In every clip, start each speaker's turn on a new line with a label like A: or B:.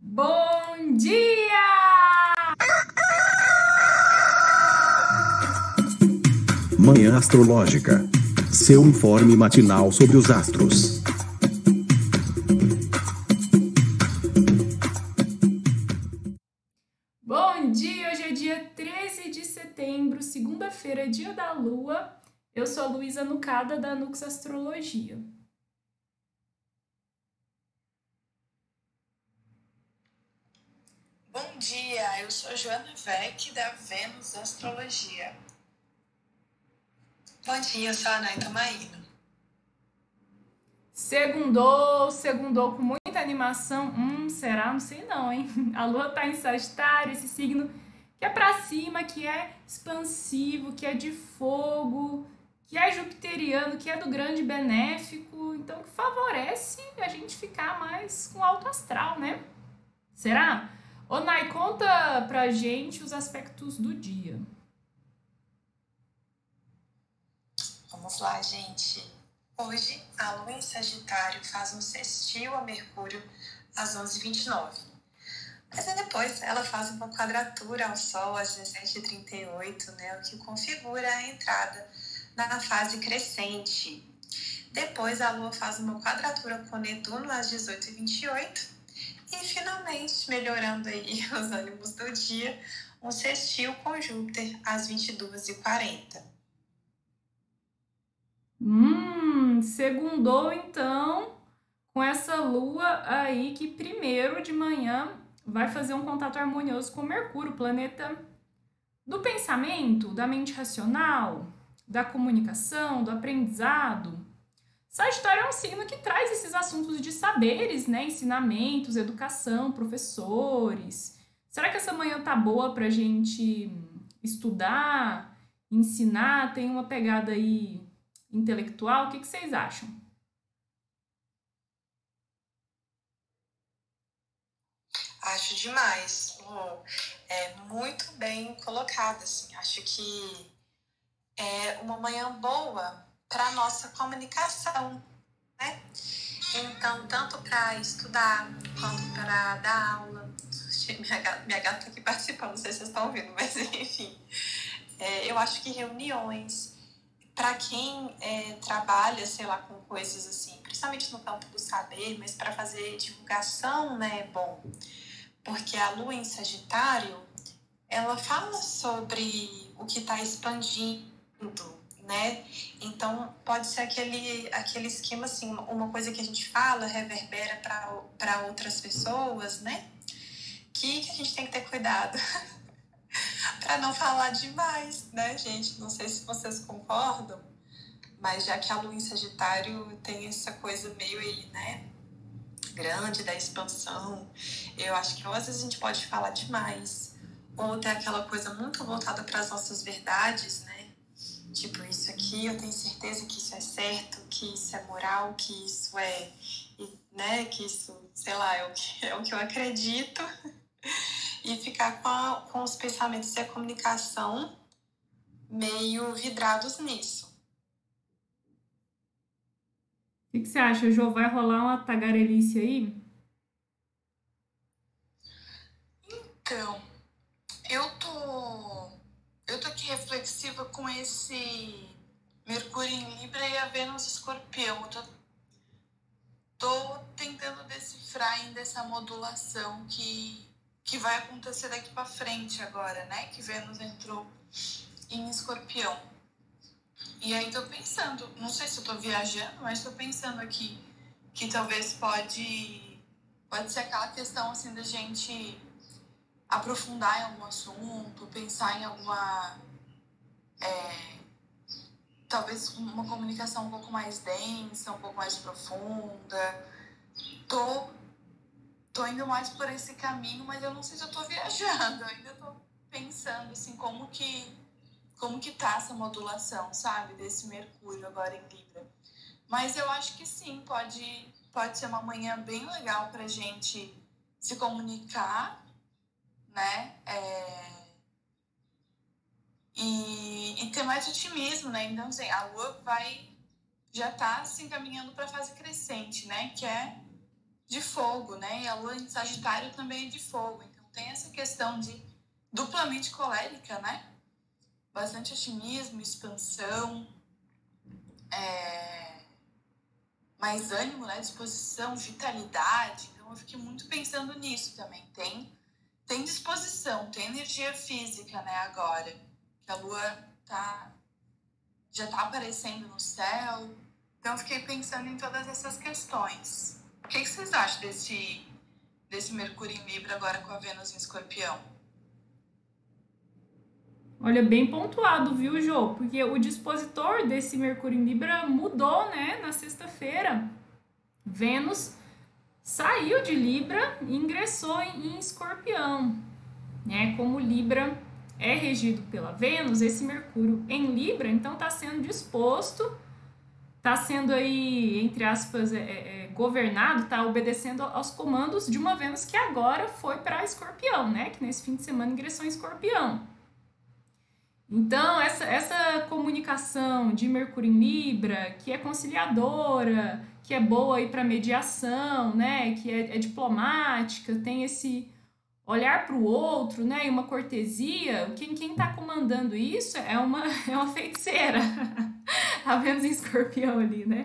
A: Bom dia!
B: Manhã Astrológica. Seu informe matinal sobre os astros.
A: Bom dia! Hoje é dia 13 de setembro, segunda-feira, dia da Lua. Eu sou a Luísa Nucada, da Nux Astrologia.
C: Bom dia, eu sou Joana Vec, da Vênus Astrologia. Bom dia, eu sou a Anaita Maíno.
A: Segundou com muita animação. Será? Não sei não, hein? A Lua tá em Sagitário, esse signo que é pra cima, que é expansivo, que é de fogo, que é jupiteriano, que é do grande benéfico, então que favorece a gente ficar mais com alto astral, né? Será? Ô, Nai, conta pra gente os aspectos do dia.
C: Vamos lá, gente. Hoje, a Lua em Sagitário faz um sextil a Mercúrio às 11h29. Mas aí depois ela faz uma quadratura ao Sol às 17h38, né? O que configura a entrada na fase crescente. Depois a Lua faz uma quadratura com Netuno às 18h28. E finalmente, melhorando aí os ânimos do dia, um sextil com Júpiter às 22h40.
A: Segundou então com essa Lua aí que primeiro de manhã vai fazer um contato harmonioso com Mercúrio, planeta do pensamento, da mente racional, da comunicação, do aprendizado. Sagitário é um signo que traz esses assuntos de saberes, né? Ensinamentos, educação, professores. Será que essa manhã tá boa pra gente estudar, ensinar? Tem uma pegada aí intelectual? O que vocês acham?
C: Acho demais. É muito bem colocado, assim. Acho que é uma manhã boa para nossa comunicação, né? Então, tanto para estudar quanto para dar aula. Minha gata tá aqui participando, não sei se vocês estão ouvindo, mas enfim. Eu acho que reuniões, para quem trabalha, sei lá, com coisas assim, principalmente no campo do saber, mas para fazer divulgação, né, é bom. Porque a Lua em Sagitário, ela fala sobre o que está expandindo, né? Então, pode ser aquele esquema, assim, uma coisa que a gente fala, reverbera para outras pessoas, né? Que a gente tem que ter cuidado para não falar demais, né, gente? Não sei se vocês concordam, mas já que a Lua em Sagitário tem essa coisa meio aí, né? Grande da expansão, eu acho que às vezes a gente pode falar demais, ou ter aquela coisa muito voltada para as nossas verdades, né? Tipo, isso aqui eu tenho certeza que isso é certo, que isso é moral, que isso é, né? Que isso, sei lá, é o que eu acredito, e ficar com os pensamentos e a comunicação meio vidrados nisso.
A: O que você acha, Jô? Vai rolar uma tagarelice aí?
D: Então, eu tô aqui reflexiva com esse Mercúrio em Libra e a Vênus Escorpião. Eu tô tentando decifrar ainda essa modulação que vai acontecer daqui para frente agora, né? Que Vênus entrou em Escorpião. E aí tô pensando, não sei se eu tô viajando, mas tô pensando aqui que talvez pode ser aquela questão assim da gente aprofundar em algum assunto, pensar em alguma talvez uma comunicação um pouco mais densa, um pouco mais profunda. Tô indo mais por esse caminho, mas eu não sei se eu tô viajando, eu ainda tô pensando assim como que tá essa modulação, sabe, desse Mercúrio agora em Libra. Mas eu acho que sim, pode ser uma manhã bem legal pra gente se comunicar, né? E ter mais otimismo, né? Então, assim, a Lua já tá se encaminhando para a fase crescente, né? Que é de fogo, né? E a lua em Sagitário também é de fogo. Então tem essa questão de duplamente colérica, né? Bastante otimismo, expansão, mais ânimo, né? Disposição, vitalidade. Então eu fiquei muito pensando nisso também. Tem disposição, tem energia física, né? Agora que a lua já tá aparecendo no céu. Então eu fiquei pensando em todas essas questões. O que vocês acham desse Mercúrio em Libra agora com a Vênus em Escorpião?
A: Olha, bem pontuado, viu, Jô? Porque o dispositor desse Mercúrio em Libra mudou, né, na sexta-feira. Vênus saiu de Libra e ingressou em Escorpião, né? Como Libra é regido pela Vênus, esse Mercúrio em Libra, então está sendo disposto, está sendo aí, entre aspas, governado, está obedecendo aos comandos de uma Vênus que agora foi para Escorpião, né? Que nesse fim de semana ingressou em Escorpião. Então, essa comunicação de Mercúrio em Libra, que é conciliadora, que é boa aí para mediação, né? Que é diplomática, tem esse olhar para o outro, né? E uma cortesia. Quem está comandando isso é uma feiticeira. A Vênus em Escorpião ali, né?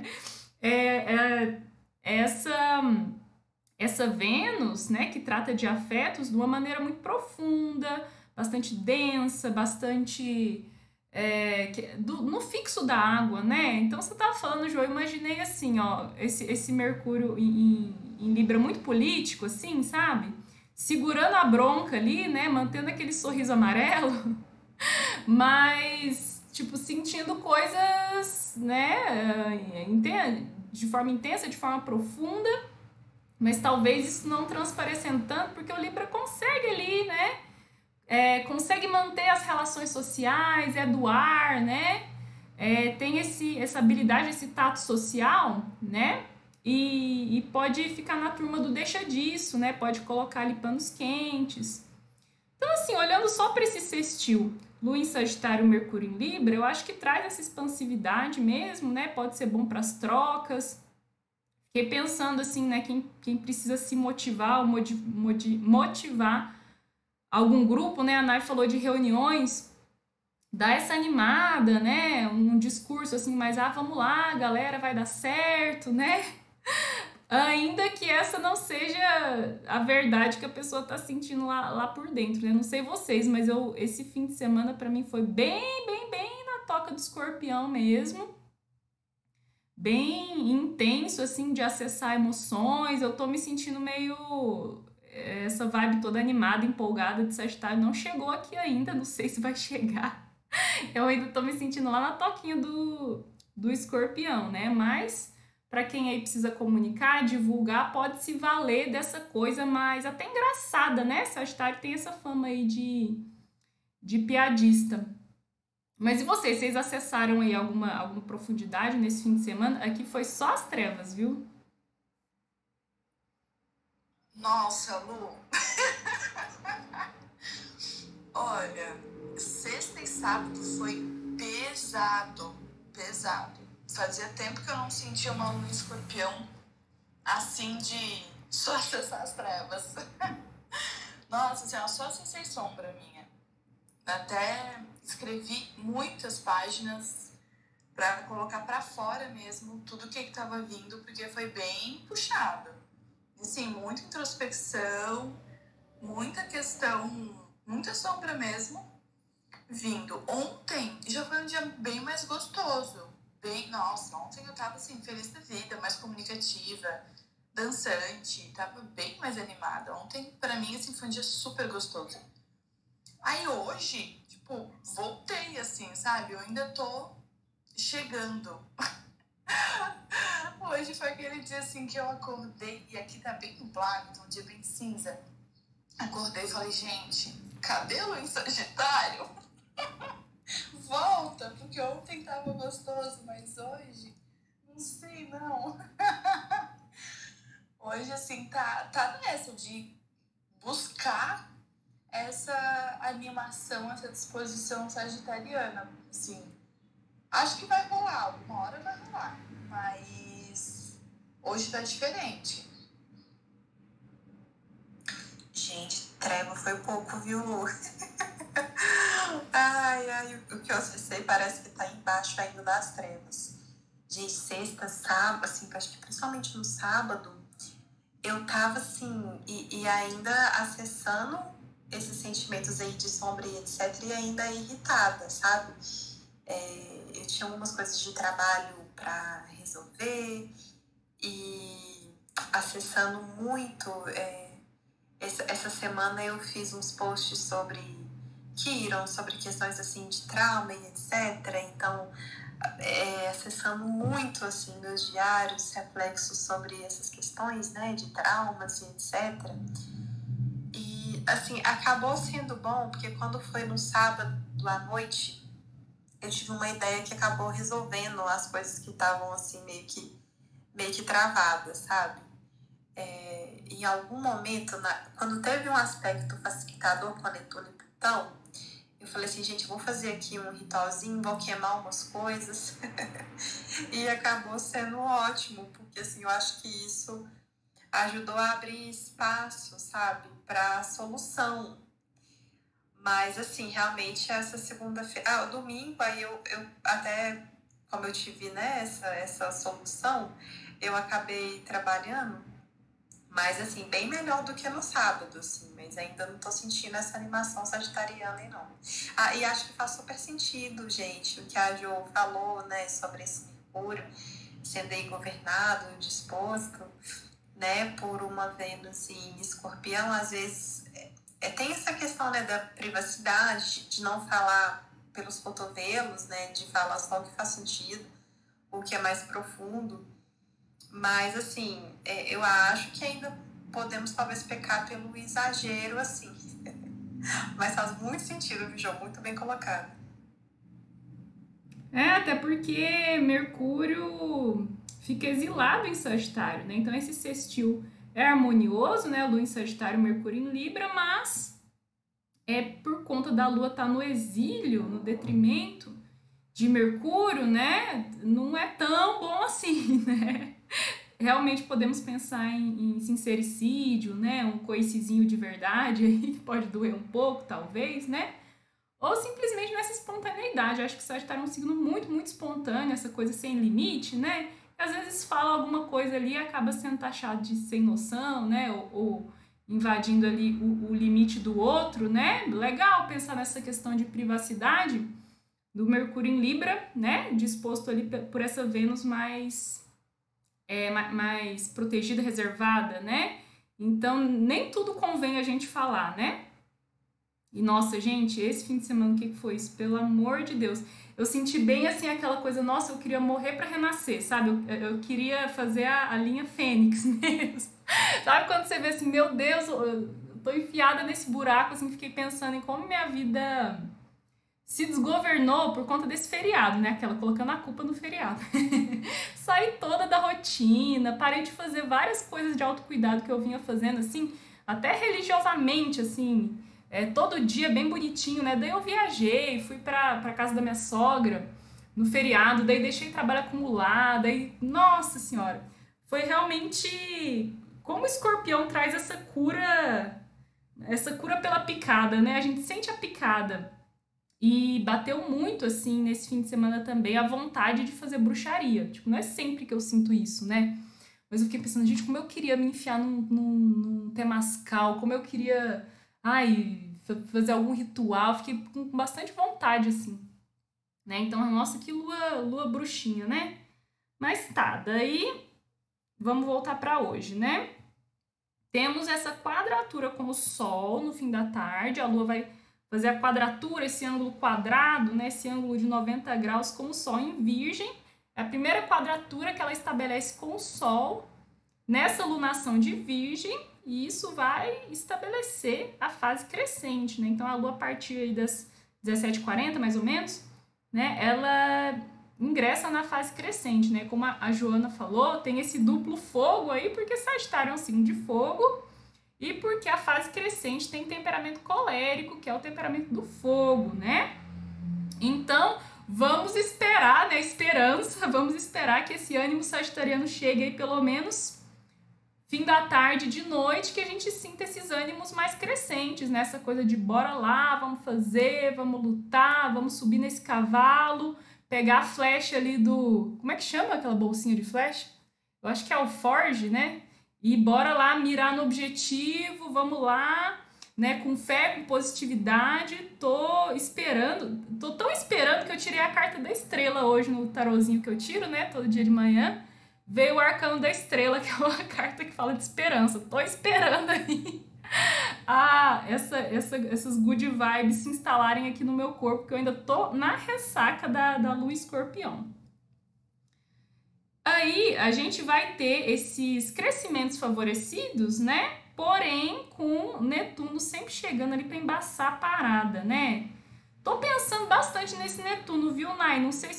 A: Essa Vênus, né? Que trata de afetos de uma maneira muito profunda, bastante densa, bastante no fixo da água, né? Então você tava falando, João, eu imaginei assim, ó, esse Mercúrio em Libra muito político, assim, sabe? Segurando a bronca ali, né? Mantendo aquele sorriso amarelo, mas, tipo, sentindo coisas, né? De forma intensa, de forma profunda, mas talvez isso não transparecendo tanto, porque o Libra consegue ali, né? Consegue manter as relações sociais, é do ar, né? Tem essa habilidade, esse tato social, né? E pode ficar na turma do deixa disso, né? Pode colocar ali panos quentes. Então, assim, olhando só para esse sextil, Lua em Sagitário, Mercúrio em Libra, eu acho que traz essa expansividade mesmo, né? Pode ser bom para as trocas. Fiquei pensando, assim, né? Quem precisa se motivar ou motivar algum grupo, né? A Nai falou de reuniões, dá essa animada, né? Um discurso assim, mas vamos lá, galera, vai dar certo, né? Ainda que essa não seja a verdade que a pessoa tá sentindo lá por dentro, né? Não sei vocês, mas esse fim de semana para mim foi bem na toca do escorpião mesmo. Bem intenso, assim, de acessar emoções. Eu tô me sentindo meio essa vibe toda animada, empolgada de Sagitário não chegou aqui ainda, não sei se vai chegar. Eu ainda tô me sentindo lá na toquinha do escorpião, né? Mas para quem aí precisa comunicar, divulgar, pode se valer dessa coisa mais até engraçada, né? Sagitário tem essa fama aí de piadista. Mas e vocês? Vocês acessaram aí alguma profundidade nesse fim de semana? Aqui foi só as trevas, viu?
D: Nossa, Lu. Olha, sexta e sábado foi pesado. Fazia tempo que eu não sentia uma lua em Escorpião assim de só acessar as trevas. Nossa senhora, só acessei sombra minha. Até escrevi muitas páginas para colocar para fora mesmo tudo que estava vindo, porque foi bem puxado. Assim, muita introspecção, muita questão, muita sombra mesmo vindo. Ontem já foi um dia bem mais gostoso. Nossa, ontem eu tava assim, feliz da vida, mais comunicativa, dançante, tava bem mais animada. Ontem, pra mim, assim, foi um dia super gostoso. Aí hoje, tipo, voltei, assim, sabe? Eu ainda tô chegando. Hoje foi aquele dia, assim, que eu acordei, e aqui tá bem nublado, então um dia bem cinza. Acordei e falei, gente, cadê o em Sagitário? Volta, porque ontem tava gostoso, mas hoje, não sei não. Hoje, assim, tá nessa de buscar essa animação, essa disposição sagitariana, assim. Acho que vai rolar, uma hora vai rolar, mas hoje tá diferente.
C: Gente, treva foi pouco, viu, Lu? Ai, o que eu acessei parece que tá embaixo ainda das trevas. Gente, sexta, sábado, assim, acho que principalmente no sábado, eu tava assim, e ainda acessando esses sentimentos aí de sombra e etc, e ainda irritada, sabe? Eu tinha algumas coisas de trabalho para resolver e acessando muito. Essa semana eu fiz uns posts sobre Quiron, sobre questões assim de trauma e etc. Então, acessando muito assim meus diários, reflexos sobre essas questões, né, de traumas e etc. E assim, acabou sendo bom porque quando foi no sábado à noite, eu tive uma ideia que acabou resolvendo as coisas que estavam assim meio que travadas, sabe? Em algum momento, quando teve um aspecto facilitador com a Netuno e Plutão, eu falei assim, gente, vou fazer aqui um ritualzinho, vou queimar umas coisas. E acabou sendo ótimo, porque assim, eu acho que isso ajudou a abrir espaço, sabe, para solução. Mas assim, realmente essa segunda-feira, o domingo, aí eu até, como eu tive, né, essa solução, eu acabei trabalhando, mas assim, bem melhor do que no sábado, assim, mas ainda não tô sentindo essa animação sagitariana aí, não. E acho que faz super sentido, gente, o que a Jo falou, né, sobre esse Mercúrio sendo aí governado, disposto, né, por uma Vênus em Escorpião. Às vezes tem essa questão, né, da privacidade, de não falar pelos cotovelos, né, de falar só o que faz sentido, o que é mais profundo. Mas, assim, eu acho que ainda podemos talvez pecar pelo exagero, assim. Mas faz muito sentido, viu, João? Muito bem colocado.
A: Até porque Mercúrio fica exilado em Sagitário, né? Então esse sextil é harmonioso, né? Lua em Sagitário, Mercúrio em Libra, mas é por conta da Lua estar no exílio, no detrimento de Mercúrio, né? Não é tão bom assim, né? Realmente podemos pensar em sincericídio, né? Um coicizinho de verdade aí, pode doer um pouco, talvez, né? Ou simplesmente nessa espontaneidade. Eu acho que o Sagitário é um signo muito, muito espontâneo, essa coisa sem limite, né? Às vezes fala alguma coisa ali e acaba sendo taxado de sem noção, né? Ou invadindo ali o limite do outro, né? Legal pensar nessa questão de privacidade do Mercúrio em Libra, né? Disposto ali por essa Vênus mais protegida, reservada, né? Então, nem tudo convém a gente falar, né? E, nossa, gente, esse fim de semana, o que foi isso? Pelo amor de Deus. Eu senti bem, assim, aquela coisa, nossa, eu queria morrer pra renascer, sabe? Eu queria fazer a linha Fênix mesmo. Sabe quando você vê assim, meu Deus, eu tô enfiada nesse buraco, assim, fiquei pensando em como minha vida se desgovernou por conta desse feriado, né? Aquela colocando a culpa no feriado. Saí toda da rotina, parei de fazer várias coisas de autocuidado que eu vinha fazendo, assim, até religiosamente, assim, todo dia bem bonitinho, né? Daí eu viajei, fui pra casa da minha sogra no feriado, daí deixei trabalho acumular, daí, nossa senhora, foi realmente como o escorpião traz essa cura pela picada, né? A gente sente a picada. E bateu muito, assim, nesse fim de semana também, a vontade de fazer bruxaria. Tipo, não é sempre que eu sinto isso, né? Mas eu fiquei pensando, gente, como eu queria me enfiar num temascal, como eu queria, fazer algum ritual. Fiquei com bastante vontade, assim, né? Então, nossa, que lua bruxinha, né? Mas tá, daí vamos voltar pra hoje, né? Temos essa quadratura com o Sol no fim da tarde, a Lua vai fazer a quadratura, esse ângulo quadrado, né, esse ângulo de 90 graus com o Sol em Virgem. É a primeira quadratura que ela estabelece com o Sol nessa lunação de Virgem, e isso vai estabelecer a fase crescente, né? Então a Lua, a partir aí das 17h40, mais ou menos, né, ela ingressa na fase crescente, né? Como a Joana falou, tem esse duplo fogo aí, porque Sagitário é um signo de fogo, e porque a fase crescente tem temperamento colérico, que é o temperamento do fogo, né? Então, vamos esperar, né? Esperança, vamos esperar que esse ânimo sagitariano chegue aí pelo menos fim da tarde, de noite, que a gente sinta esses ânimos mais crescentes, né? Essa coisa de bora lá, vamos fazer, vamos lutar, vamos subir nesse cavalo, pegar a flecha ali do... Como é que chama aquela bolsinha de flecha? Eu acho que é o Forge, né? E bora lá mirar no objetivo, vamos lá, né? Com fé, com positividade. Tô tão esperando que eu tirei a carta da estrela hoje no tarozinho que eu tiro, né? Todo dia de manhã. Veio o arcano da estrela, que é uma carta que fala de esperança. Tô esperando aí essas good vibes se instalarem aqui no meu corpo, porque eu ainda tô na ressaca da lua escorpião. Aí a gente vai ter esses crescimentos favorecidos, né? Porém, com Netuno sempre chegando ali para embaçar a parada, né? Tô pensando bastante nesse Netuno, viu, Nai? Não sei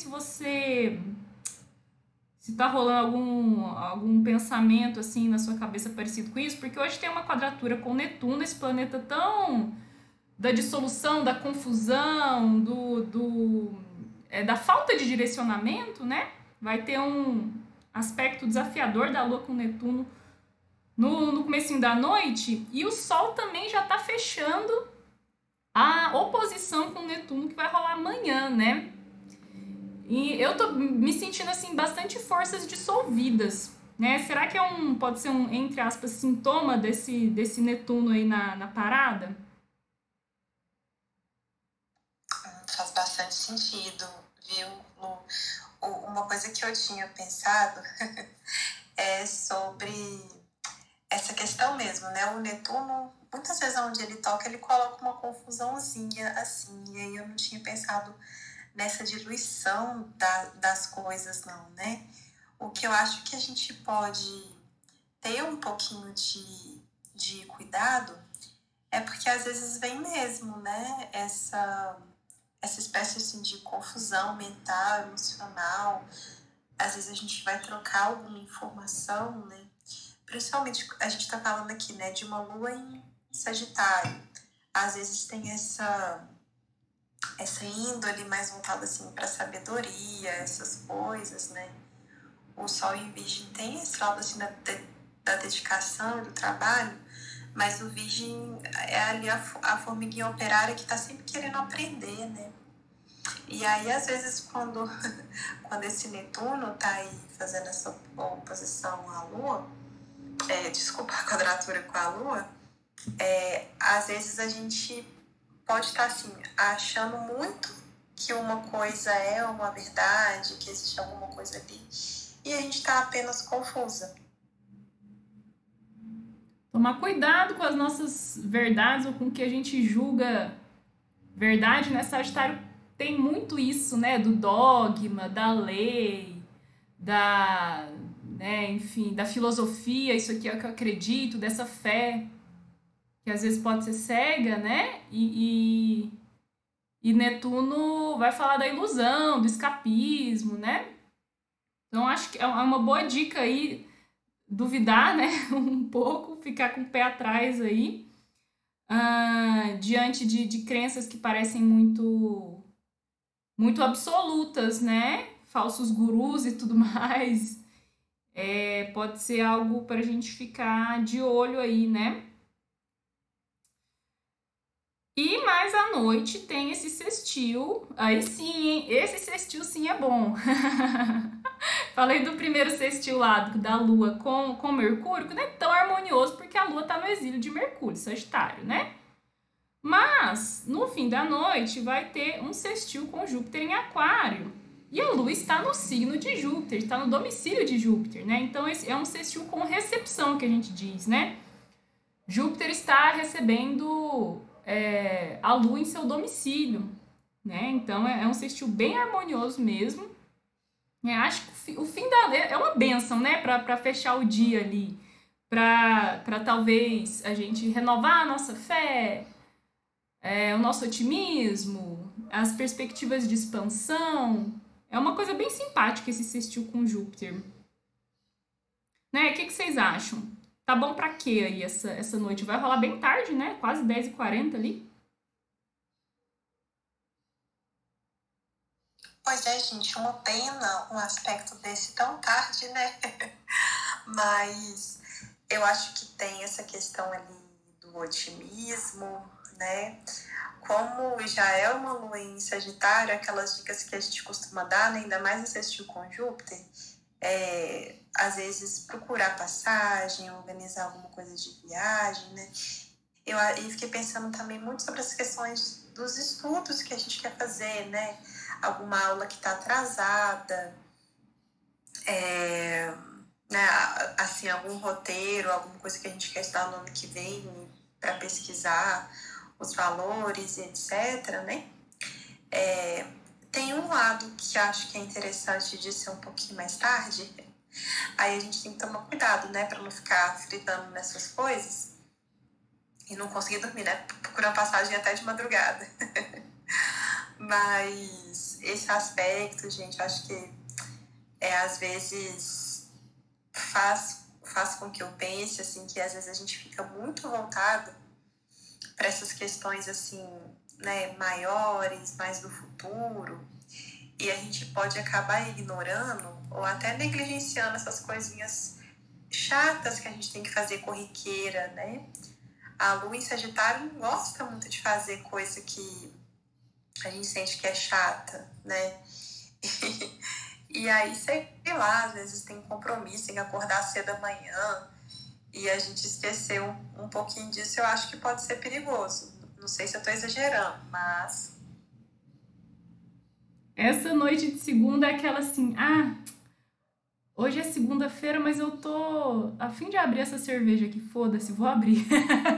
A: se tá rolando algum pensamento assim na sua cabeça parecido com isso, porque hoje tem uma quadratura com Netuno, esse planeta tão da dissolução, da confusão, da falta de direcionamento, né? Vai ter um aspecto desafiador da Lua com Netuno no comecinho da noite, e o Sol também já tá fechando a oposição com Netuno que vai rolar amanhã, né? E eu tô me sentindo, assim, bastante forças dissolvidas, né? Será que pode ser um, entre aspas, sintoma desse Netuno aí na parada?
C: Faz bastante sentido, viu, Lu? Uma coisa que eu tinha pensado é sobre essa questão mesmo, né? O Netuno, muitas vezes onde ele toca, ele coloca uma confusãozinha assim, e aí eu não tinha pensado nessa diluição das coisas, não, né? O que eu acho que a gente pode ter um pouquinho de cuidado é porque às vezes vem mesmo, né? Essa espécie assim, de confusão mental, emocional. Às vezes a gente vai trocar alguma informação, né? Principalmente a gente tá falando aqui, né, de uma lua em Sagitário. Às vezes tem essa índole mais voltada assim para sabedoria, essas coisas, né? O Sol em Virgem tem esse lado assim da dedicação e do trabalho, mas o Virgem é ali a formiguinha operária que tá sempre querendo aprender, né? E aí, às vezes, quando esse Netuno tá aí fazendo essa oposição à Lua, desculpa, a quadratura com a Lua, às vezes a gente pode estar, assim, achando muito que uma coisa é uma verdade, que existe alguma coisa ali, e a gente tá apenas confusa.
A: Tomar cuidado com as nossas verdades ou com o que a gente julga verdade, né? Sagitário tem muito isso, né? Do dogma, da lei, né? Enfim, da filosofia, isso aqui é o que eu acredito, dessa fé, que às vezes pode ser cega, né? E Netuno vai falar da ilusão, do escapismo, né? Então acho que é uma boa dica aí duvidar, né? Um pouco, ficar com o pé atrás aí, diante de crenças que parecem muito absolutas, né? Falsos gurus e tudo mais. Pode ser algo para a gente ficar de olho aí, né? E mais à noite tem esse sextil. Aí sim, hein? Esse sextil sim é bom. Falei do primeiro sextil lá da Lua com Mercúrio, que não é tão harmonioso porque a Lua tá no exílio de Mercúrio, Sagitário, né? Mas, no fim da noite, vai ter um sextil com Júpiter em Aquário. E a Lua está no signo de Júpiter, está no domicílio de Júpiter, né? Então, esse é um sextil com recepção, que a gente diz, né? Júpiter está recebendo a Lua em seu domicílio, né? Então, é um sextil bem harmonioso mesmo. Acho que o fim é uma bênção, né? Para fechar o dia ali. Para talvez a gente renovar a nossa fé, o nosso otimismo, as perspectivas de expansão. É uma coisa bem simpática esse sextil com Júpiter. Né? O que vocês acham? Tá bom pra quê aí essa noite? Vai rolar bem tarde, né? Quase 10h40 ali.
C: Pois é, gente, uma pena um aspecto desse tão tarde, né? Mas Eu acho que tem essa questão ali do otimismo, né? Como já é uma lua em Sagitário, aquelas dicas que a gente costuma dar, né? Ainda mais esse assistir com Júpiter, às vezes procurar passagem, organizar alguma coisa de viagem, né? Eu fiquei pensando também muito sobre as questões dos estudos que a gente quer fazer, né? Alguma aula que está atrasada, né? Assim, algum roteiro, alguma coisa que a gente quer estudar no ano que vem para pesquisar os valores, etc., né? Tem um lado que acho que é interessante de ser um pouquinho mais tarde. Aí a gente tem que tomar cuidado, né? Para não ficar fritando nessas coisas e não conseguir dormir, né? Procurar passagem até de madrugada. Mas esse aspecto, gente, acho que às vezes faz com que eu pense, assim, que às vezes a gente fica muito voltado para essas questões, assim, né, maiores, mais do futuro, e a gente pode acabar ignorando ou até negligenciando essas coisinhas chatas que a gente tem que fazer corriqueira, né? A Lua em Sagitário não gosta muito de fazer coisa que a gente sente que é chata, né? E aí, sei lá, às vezes tem compromisso, tem que acordar cedo da manhã e a gente esqueceu um pouquinho disso. Eu acho que pode ser perigoso. Não sei se eu tô exagerando, mas...
A: Essa noite de segunda é aquela assim, hoje é segunda-feira, mas eu tô a fim de abrir essa cerveja aqui, foda-se, vou abrir.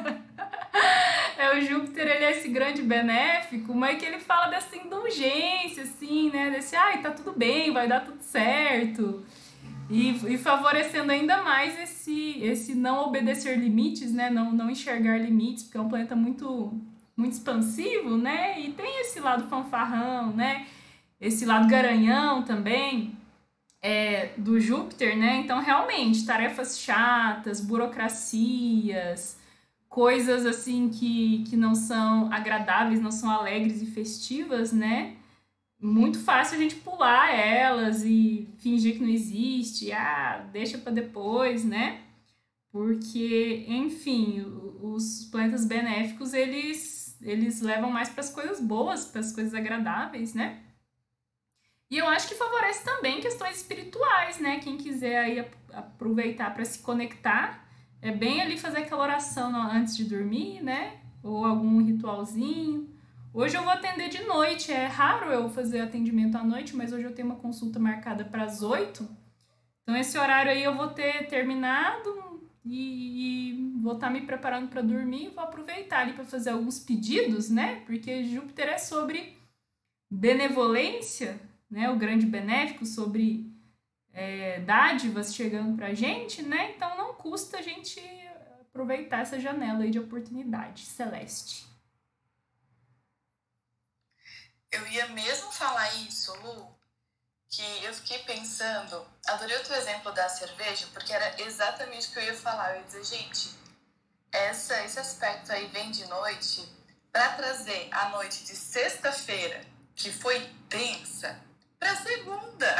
A: O Júpiter, ele é esse grande benéfico, mas que ele fala dessa indulgência, assim, né? Desse, tá tudo bem, vai dar tudo certo. E favorecendo ainda mais esse não obedecer limites, né? Não enxergar limites, porque é um planeta muito, muito expansivo, né? E tem esse lado fanfarrão, né? Esse lado garanhão também, do Júpiter, né? Então, realmente, tarefas chatas, burocracias, coisas assim que não são agradáveis, não são alegres e festivas, né? Muito fácil a gente pular elas e fingir que não existe, deixa para depois, né? Porque, enfim, os planetas benéficos, eles levam mais para as coisas boas, para as coisas agradáveis, né? E eu acho que favorece também questões espirituais, né? Quem quiser aí aproveitar para se conectar, é bem ali fazer aquela oração antes de dormir, né? Ou algum ritualzinho. Hoje eu vou atender de noite, é raro eu fazer atendimento à noite, mas hoje eu tenho uma consulta marcada para as 8. Então esse horário aí eu vou ter terminado e vou estar me preparando para dormir e vou aproveitar ali para fazer alguns pedidos, né? Porque Júpiter é sobre benevolência, né? O grande benéfico, sobre dádivas chegando pra gente, né? Então não custa a gente aproveitar essa janela aí de oportunidade celeste.
D: Eu ia mesmo falar isso, Lu, que eu fiquei pensando, adorei o teu exemplo da cerveja, porque era exatamente o que eu ia falar. Eu ia dizer, gente, esse aspecto aí vem de noite para trazer a noite de sexta-feira, que foi tensa, para segunda.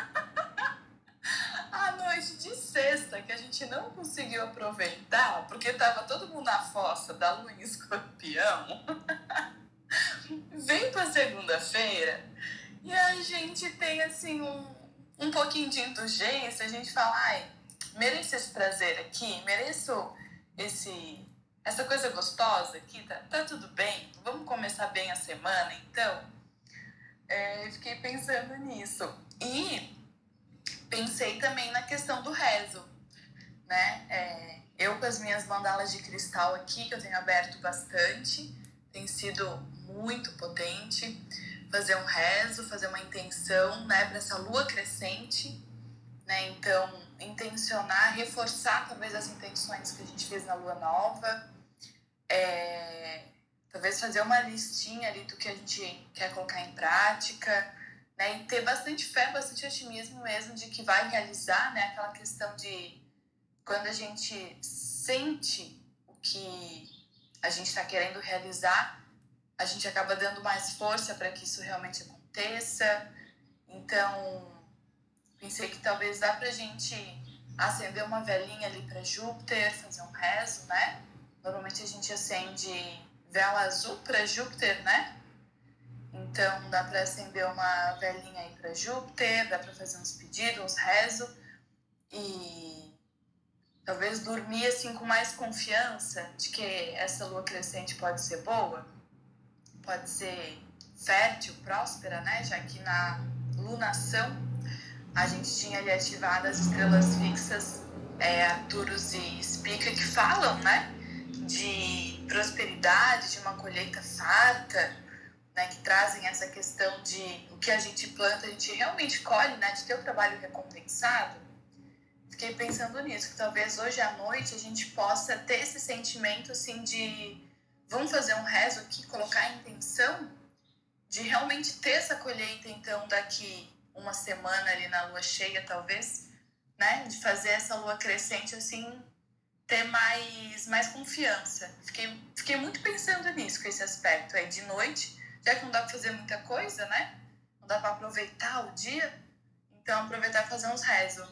D: A noite de sexta, que a gente não conseguiu aproveitar, porque tava todo mundo na fossa da lua em Escorpião, vem pra segunda-feira e a gente tem, assim, um pouquinho de indulgência. A gente fala, mereço esse prazer aqui, mereço essa coisa gostosa aqui, tá tudo bem, vamos começar bem a semana, então. Eu fiquei pensando nisso. E pensei também na questão do rezo, né? Eu com as minhas mandalas de cristal aqui, que eu tenho aberto bastante, tem sido muito potente fazer um rezo, fazer uma intenção, né, para essa lua crescente, né? Então, intencionar, reforçar talvez as intenções que a gente fez na lua nova, talvez fazer uma listinha ali do que a gente quer colocar em prática, né? E ter bastante fé, bastante otimismo mesmo de que vai realizar, né? Aquela questão de quando a gente sente o que a gente está querendo realizar, a gente acaba dando mais força para que isso realmente aconteça. Então, pensei que talvez dá pra gente acender uma velinha ali para Júpiter, fazer um rezo, né? Normalmente a gente acende vela azul para Júpiter, né? Então dá para acender uma velinha aí para Júpiter, dá para fazer uns pedidos, uns rezos e talvez dormir assim com mais confiança de que essa lua crescente pode ser boa, pode ser fértil, próspera, né? Já que na lunação a gente tinha ali ativado as estrelas fixas, Arcturus e Spica, que falam, né? De prosperidade, de uma colheita farta, né? Que trazem essa questão de o que a gente planta, a gente realmente colhe, né? De ter o trabalho recompensado. Fiquei pensando nisso, que talvez hoje à noite a gente possa ter esse sentimento assim de vamos fazer um rezo aqui, colocar a intenção de realmente ter essa colheita então daqui uma semana ali na lua cheia talvez, né? De fazer essa lua crescente assim, ter mais confiança. Fiquei muito pensando nisso, com esse aspecto aí de noite, já que não dá para fazer muita coisa, né? Não dá para aproveitar o dia, então aproveitar e fazer uns rezos.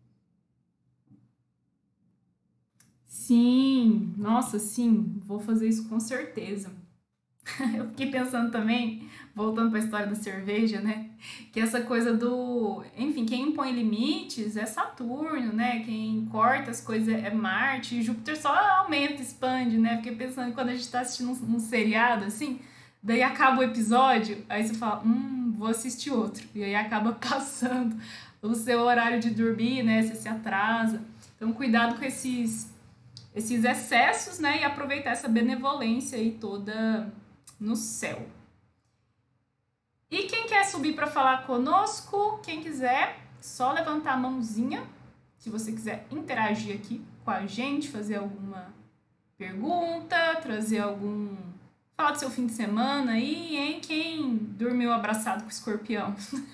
A: Sim, nossa, sim, vou fazer isso com certeza. Eu fiquei pensando também, voltando para a história da cerveja, né? Que essa coisa do. Enfim, quem impõe limites é Saturno, né? Quem corta as coisas é Marte. E Júpiter só aumenta, expande, né? Fiquei pensando quando a gente tá assistindo um seriado assim, daí acaba o episódio, aí você fala, vou assistir outro. E aí acaba passando o seu horário de dormir, né? Você se atrasa. Então, cuidado com esses excessos, né? E aproveitar essa benevolência aí toda no céu. E quem quer subir para falar conosco, quem quiser, só levantar a mãozinha, se você quiser interagir aqui com a gente, fazer alguma pergunta, trazer algum... Falar do seu fim de semana aí, hein? Quem dormiu abraçado com o escorpião?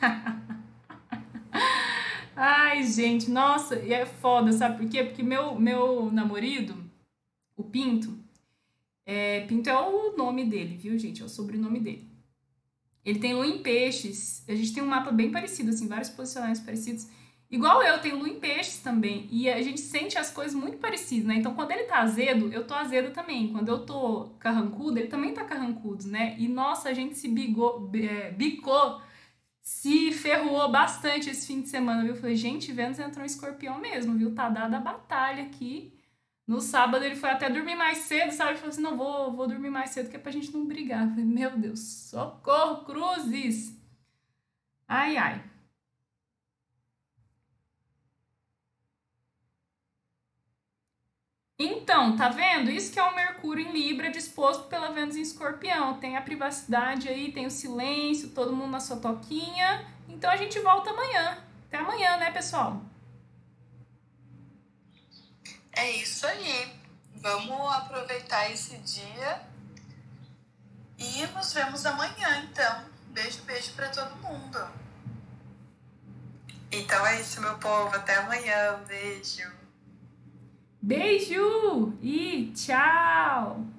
A: Ai, gente, nossa, e é foda, sabe por quê? Porque meu namorado, o Pinto, Pinto é o nome dele, viu, gente? É o sobrenome dele. Ele tem lua em peixes. A gente tem um mapa bem parecido, assim, vários posicionamentos parecidos. Igual eu, tenho lua em peixes também. E a gente sente as coisas muito parecidas, né? Então, quando ele tá azedo, eu tô azeda também. Quando eu tô carrancudo, ele também tá carrancudo, né? E, nossa, a gente se bicou, se ferrou bastante esse fim de semana, viu? Eu falei, gente, Vênus entrou em escorpião mesmo, viu? Tá dada a batalha aqui. No sábado ele foi até dormir mais cedo, sabe? Ele falou assim, não, vou dormir mais cedo que é pra gente não brigar. Eu falei, meu Deus, socorro, cruzes! Ai, ai. Então, tá vendo? Isso que é o Mercúrio em Libra disposto pela Vênus em Escorpião. Tem a privacidade aí, tem o silêncio, todo mundo na sua toquinha. Então a gente volta amanhã. Até amanhã, né, pessoal?
D: É isso aí. Vamos aproveitar esse dia e nos vemos amanhã, então. Beijo, beijo para todo mundo.
C: Então é isso, meu povo. Até amanhã. Beijo.
A: Beijo e tchau!